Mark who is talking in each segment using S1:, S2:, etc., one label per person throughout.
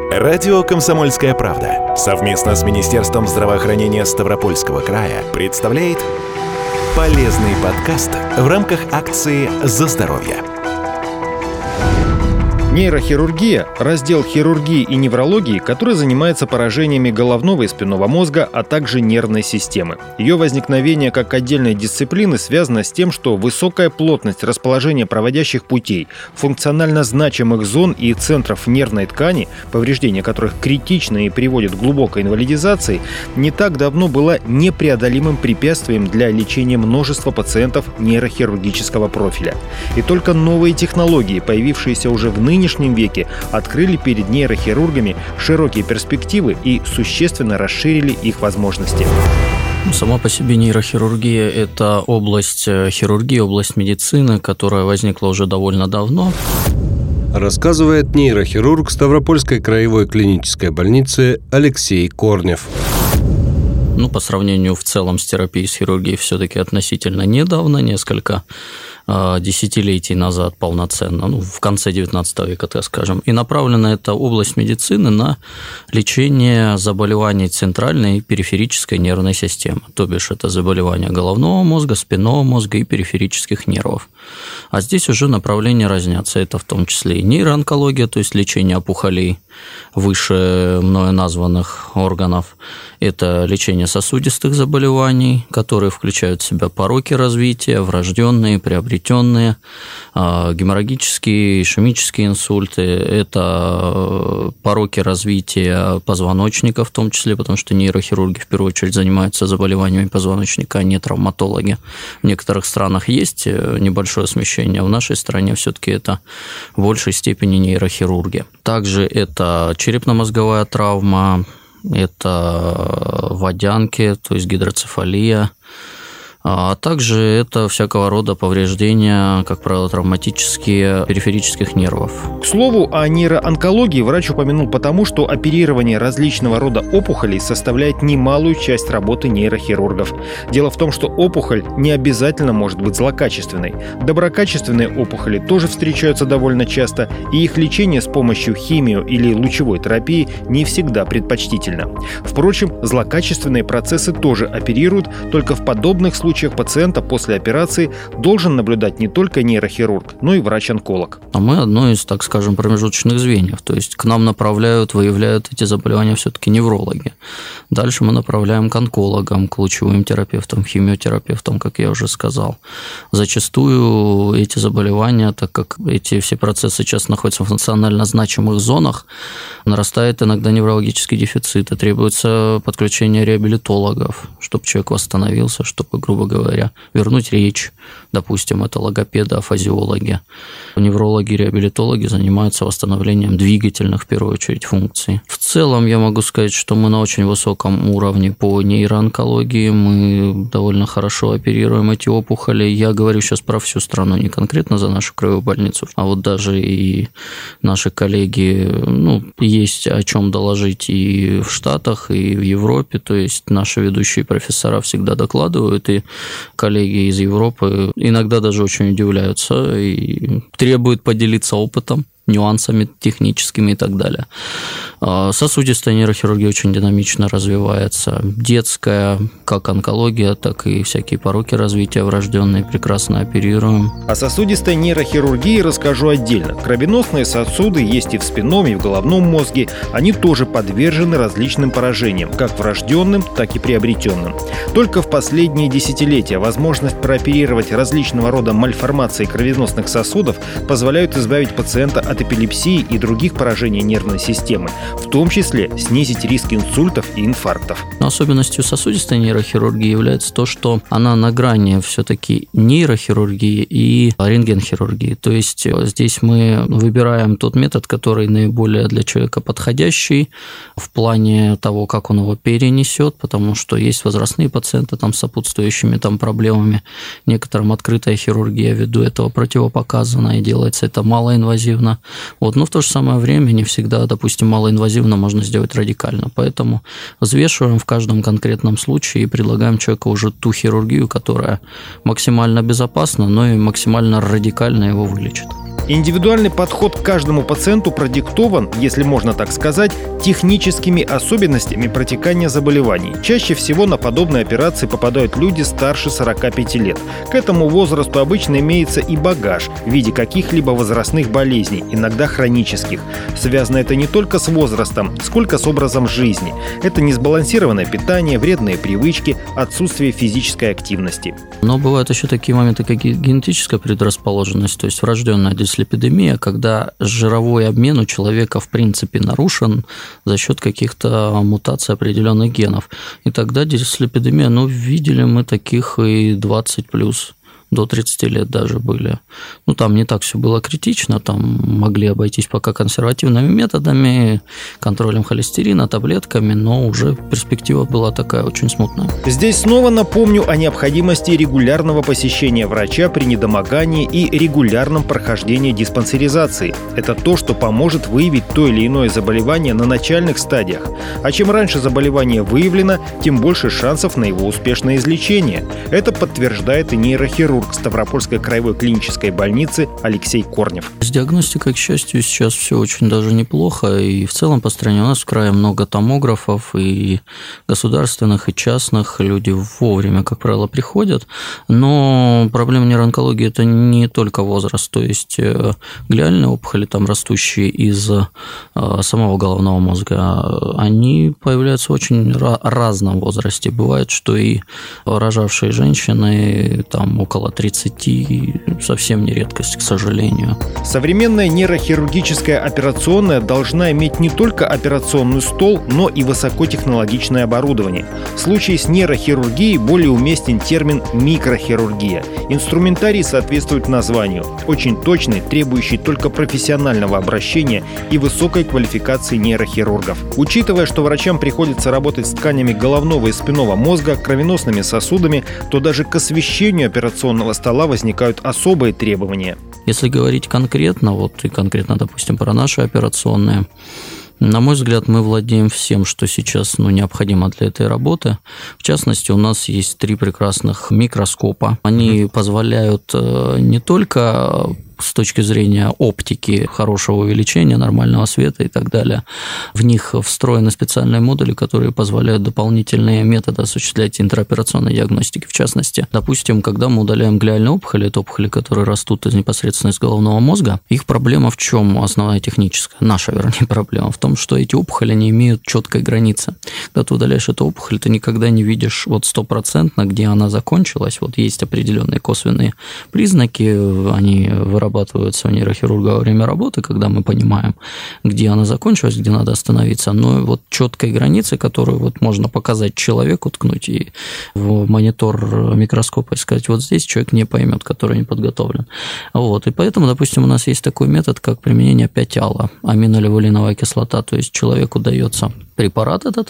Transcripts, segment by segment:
S1: Радио «Комсомольская правда» совместно с Министерством здравоохранения Ставропольского края представляет полезный подкаст в рамках акции «За здоровье».
S2: Нейрохирургия – раздел хирургии и неврологии, который занимается поражениями головного и спинного мозга, а также нервной системы. Ее возникновение как отдельной дисциплины связано с тем, что высокая плотность расположения проводящих путей, функционально значимых зон и центров нервной ткани, повреждение которых критично и приводит к глубокой инвалидизации, не так давно была непреодолимым препятствием для лечения множества пациентов нейрохирургического профиля. И только новые технологии, появившиеся уже в нынешнем веке, открыли перед нейрохирургами широкие перспективы и существенно расширили их возможности.
S3: Сама по себе нейрохирургия – это область хирургии, область медицины, которая возникла уже довольно давно.
S4: Рассказывает нейрохирург Ставропольской краевой клинической больницы Алексей Корнев.
S3: По сравнению в целом с терапией, с хирургией все-таки относительно недавно, несколько десятилетий назад полноценно, в конце 19 века, так скажем. И направлена эта область медицины на лечение заболеваний центральной и периферической нервной системы. То бишь это заболевания головного мозга, спинного мозга и периферических нервов. А здесь уже направления разнятся. Это в том числе и нейроонкология, то есть лечение опухолей выше мною названных органов. Это лечение сосудистых заболеваний, которые включают в себя пороки развития, врожденные, приобретенные, геморрагические, ишемические инсульты. Это пороки развития позвоночника в том числе, потому что нейрохирурги в первую очередь занимаются заболеваниями позвоночника, а не травматологи. В некоторых странах есть небольшое смещение, а в нашей стране все-таки это в большей степени нейрохирургия. Также это черепно-мозговая травма, это водянки, то есть гидроцефалия, а также это всякого рода повреждения, как правило, травматические периферических нервов.
S2: К слову, о нейроонкологии врач упомянул потому, что оперирование различного рода опухолей составляет немалую часть работы нейрохирургов. Дело в том, что опухоль не обязательно может быть злокачественной. Доброкачественные опухоли тоже встречаются довольно часто, и их лечение с помощью химио- или лучевой терапии не всегда предпочтительно. Впрочем, злокачественные процессы тоже оперируют, только в подобных случаях пациента после операции должен наблюдать не только нейрохирург, но и врач-онколог.
S3: А мы одно из, так скажем, промежуточных звеньев. То есть к нам направляют, выявляют эти заболевания все-таки неврологи. Дальше мы направляем к онкологам, к лучевым терапевтам, химиотерапевтам, как я уже сказал. Зачастую эти заболевания, так как эти все процессы сейчас находятся в функционально значимых зонах, нарастает иногда неврологический дефицит, и требуется подключение реабилитологов, чтобы человек восстановился, чтобы, грубо говоря, вернуть речь. Допустим, это логопеды, афазиологи. Неврологи и реабилитологи занимаются восстановлением двигательных, в первую очередь, функций. В целом, я могу сказать, что мы на очень высоком уровне по нейроонкологии, мы довольно хорошо оперируем эти опухоли. Я говорю сейчас про всю страну, не конкретно за нашу краевую больницу, а вот даже и наши коллеги, есть о чем доложить и в Штатах, и в Европе, то есть наши ведущие профессора всегда докладывают, и коллеги из Европы иногда даже очень удивляются и требуют поделиться опытом, нюансами техническими и так далее. Сосудистая нейрохирургия очень динамично развивается. Детская, как онкология, так и всякие пороки развития врожденные прекрасно оперируем.
S2: О сосудистой нейрохирургии расскажу отдельно. Кровеносные сосуды есть и в спинном, и в головном мозге. Они тоже подвержены различным поражениям, как врожденным, так и приобретенным. Только в последние десятилетия возможность прооперировать различного рода мальформации кровеносных сосудов позволяют избавить пациента от эпилепсии и других поражений нервной системы, в том числе снизить риск инсультов и инфарктов.
S3: Но особенностью сосудистой нейрохирургии является то, что она на грани все-таки нейрохирургии и рентгенхирургии. То есть здесь мы выбираем тот метод, который наиболее для человека подходящий в плане того, как он его перенесет, потому что есть возрастные пациенты с сопутствующими проблемами. Некоторым открытая хирургия ввиду этого противопоказана, и делается это малоинвазивно. Но в то же самое время не всегда, допустим, малоинвазивно можно сделать радикально. Поэтому взвешиваем в каждом конкретном случае и предлагаем человеку уже ту хирургию, которая максимально безопасна, но и максимально радикально его вылечит.
S2: Индивидуальный подход к каждому пациенту продиктован, если можно так сказать, техническими особенностями протекания заболеваний. Чаще всего на подобные операции попадают люди старше 45 лет. К этому возрасту обычно имеется и багаж в виде каких-либо возрастных болезней, иногда хронических. Связано это не только с возрастом, сколько с образом жизни. Это несбалансированное питание, вредные привычки, отсутствие физической активности.
S3: Но бывают еще такие моменты, как генетическая предрасположенность, то есть врожденная дислепидемия, когда жировой обмен у человека в принципе нарушен за счет каких-то мутаций определенных генов. И тогда дислепидемия, видели мы таких и 20+. До 30 лет даже были. Там не так все было критично, там могли обойтись пока консервативными методами, контролем холестерина, таблетками, но уже перспектива была такая очень смутная.
S2: Здесь снова напомню о необходимости регулярного посещения врача при недомогании и регулярном прохождении диспансеризации. Это то, что поможет выявить то или иное заболевание на начальных стадиях. А чем раньше заболевание выявлено, тем больше шансов на его успешное излечение. Это подтверждает и нейрохирург Ставропольской краевой клинической больницы Алексей Корнев.
S3: С диагностикой, к счастью, сейчас все очень даже неплохо. И в целом по стране у нас в крае много томографов, и государственных, и частных. Люди вовремя, как правило, приходят. Но проблема нейроонкологии – это не только возраст. То есть глиальные опухоли, растущие из самого головного мозга, они появляются в очень разном возрасте. Бывает, что и рожавшие женщины около 30, совсем не редкость, к сожалению.
S2: Современная нейрохирургическая операционная должна иметь не только операционный стол, но и высокотехнологичное оборудование. В случае с нейрохирургией более уместен термин «микрохирургия». Инструментарий соответствует названию. Очень точный, требующий только профессионального обращения и высокой квалификации нейрохирургов. Учитывая, что врачам приходится работать с тканями головного и спинного мозга, кровеносными сосудами, то даже к освещению операционного стола возникают особые требования.
S3: Если говорить конкретно, допустим, про наши операционные, на мой взгляд, мы владеем всем, что сейчас необходимо для этой работы. В частности, у нас есть 3 прекрасных микроскопа. Они позволяют не только с точки зрения оптики, хорошего увеличения, нормального света и так далее. В них встроены специальные модули, которые позволяют дополнительные методы осуществлять интраоперационной диагностики. В частности, допустим, когда мы удаляем глиальные опухоли, это опухоли, которые растут непосредственно из головного мозга, их проблема в чем? Основная техническая, наша, проблема в том, что эти опухоли не имеют четкой границы. Когда ты удаляешь эту опухоль, ты никогда не видишь 100%, где она закончилась. Есть определенные косвенные признаки, они вырабатываются у нейрохирурга во время работы, когда мы понимаем, где она закончилась, где надо остановиться. Но четкой границы, которую можно показать человеку, ткнуть и в монитор микроскопа и сказать, здесь человек не поймет, который не подготовлен. И поэтому, допустим, у нас есть такой метод, как применение 5-ала, аминолевулиновая кислота, то есть человеку дается препарат этот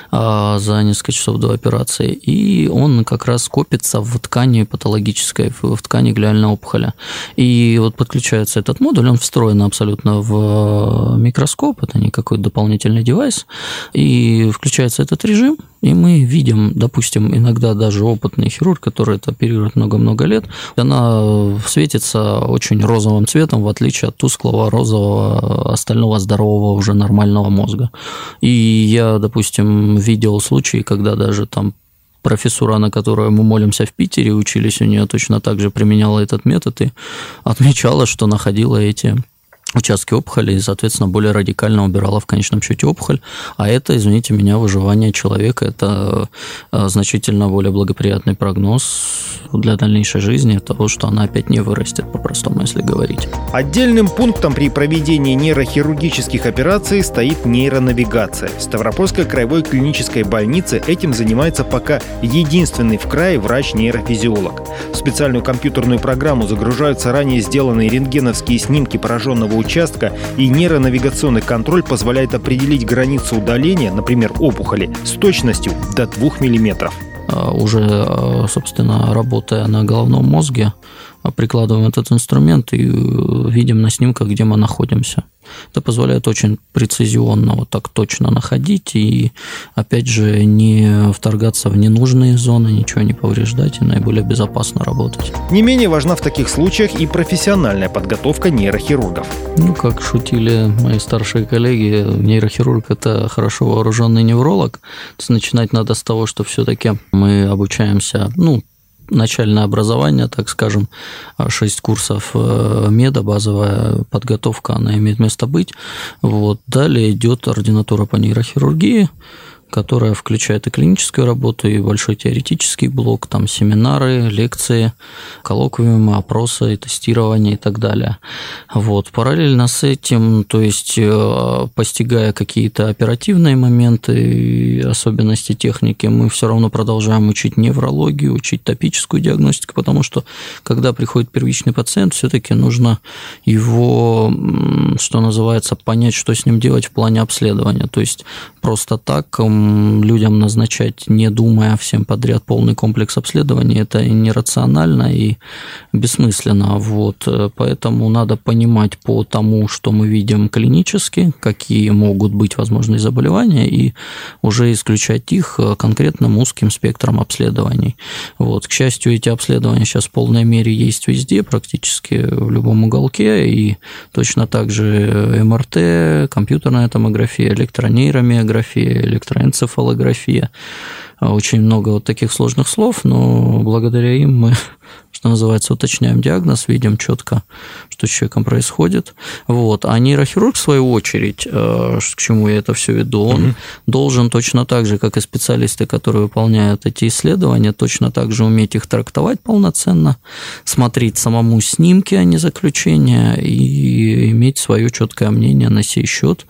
S3: за несколько часов до операции, и он как раз копится в ткани патологической, в ткани глиальной опухоли. И подключается этот модуль, он встроен абсолютно в микроскоп, это не какой-то дополнительный девайс, и включается этот режим, и мы видим, допустим, иногда даже опытный хирург, который это оперирует много-много лет, она светится очень розовым цветом, в отличие от тусклого розового остального здорового уже нормального мозга. И я, допустим, видел случаи, когда даже профессура, на которую мы молимся в Питере, учились у нее, точно так же применяла этот метод и отмечала, что находила эти участки опухоли и, соответственно, более радикально убирала в конечном счете опухоль. А это, извините меня, выживание человека, это значительно более благоприятный прогноз для дальнейшей жизни, того, что она опять не вырастет, по-простому, если говорить.
S2: Отдельным пунктом при проведении нейрохирургических операций стоит нейронавигация. В Ставропольской краевой клинической больнице этим занимается пока единственный в крае врач-нейрофизиолог. В специальную компьютерную программу загружаются ранее сделанные рентгеновские снимки пораженного участка, и нейронавигационный контроль позволяет определить границу удаления, например, опухоли, с точностью до 2 мм.
S3: Уже, собственно, работая на головном мозге, прикладываем этот инструмент и видим на снимках, где мы находимся. Это позволяет очень прецизионно, вот так точно находить и, опять же, не вторгаться в ненужные зоны, ничего не повреждать и наиболее безопасно работать.
S2: Не менее важна в таких случаях и профессиональная подготовка нейрохирургов.
S3: Как шутили мои старшие коллеги, нейрохирург – это хорошо вооруженный невролог. То есть начинать надо с того, что все-таки мы обучаемся, начальное образование, так скажем, 6 курсов меда, базовая подготовка, она имеет место быть. Далее идет ординатура по нейрохирургии, которая включает и клиническую работу, и большой теоретический блок, там семинары, лекции, коллоквиумы, опросы, тестирование и так далее. Параллельно с этим, то есть постигая какие-то оперативные моменты, особенности техники, мы все равно продолжаем учить неврологию, учить топическую диагностику, потому что, когда приходит первичный пациент, все-таки нужно его, что называется, понять, что с ним делать в плане обследования. То есть просто так людям назначать, не думая всем подряд, полный комплекс обследований, это нерационально и бессмысленно. Поэтому надо понимать по тому, что мы видим клинически, какие могут быть возможные заболевания, и уже исключать их конкретным узким спектром обследований. К счастью, эти обследования сейчас в полной мере есть везде, практически в любом уголке, и точно так же МРТ, компьютерная томография, электронейромиография, электроэнцефалография. Очень много таких сложных слов, но благодаря им мы, что называется, уточняем диагноз, видим четко, что с человеком происходит. А нейрохирург, в свою очередь, к чему я это все веду, он должен точно так же, как и специалисты, которые выполняют эти исследования, точно так же уметь их трактовать полноценно, смотреть самому снимки, а не заключения, и иметь свое четкое мнение на сей счет,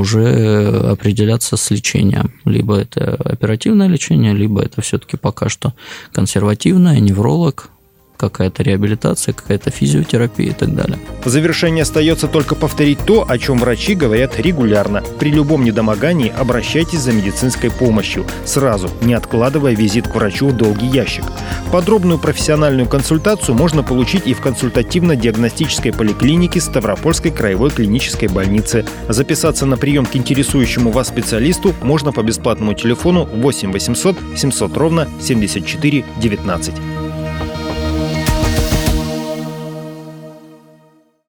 S3: уже определяться с лечением. Либо это оперативное лечение, либо это все-таки пока что консервативное, невролог, какая-то реабилитация, какая-то физиотерапия и так далее.
S2: В завершение остается только повторить то, о чем врачи говорят регулярно. При любом недомогании обращайтесь за медицинской помощью, сразу, не откладывая визит к врачу в долгий ящик. Подробную профессиональную консультацию можно получить и в консультативно-диагностической поликлинике Ставропольской краевой клинической больницы. Записаться на прием к интересующему вас специалисту можно по бесплатному телефону 8 800 700 ровно 74 19.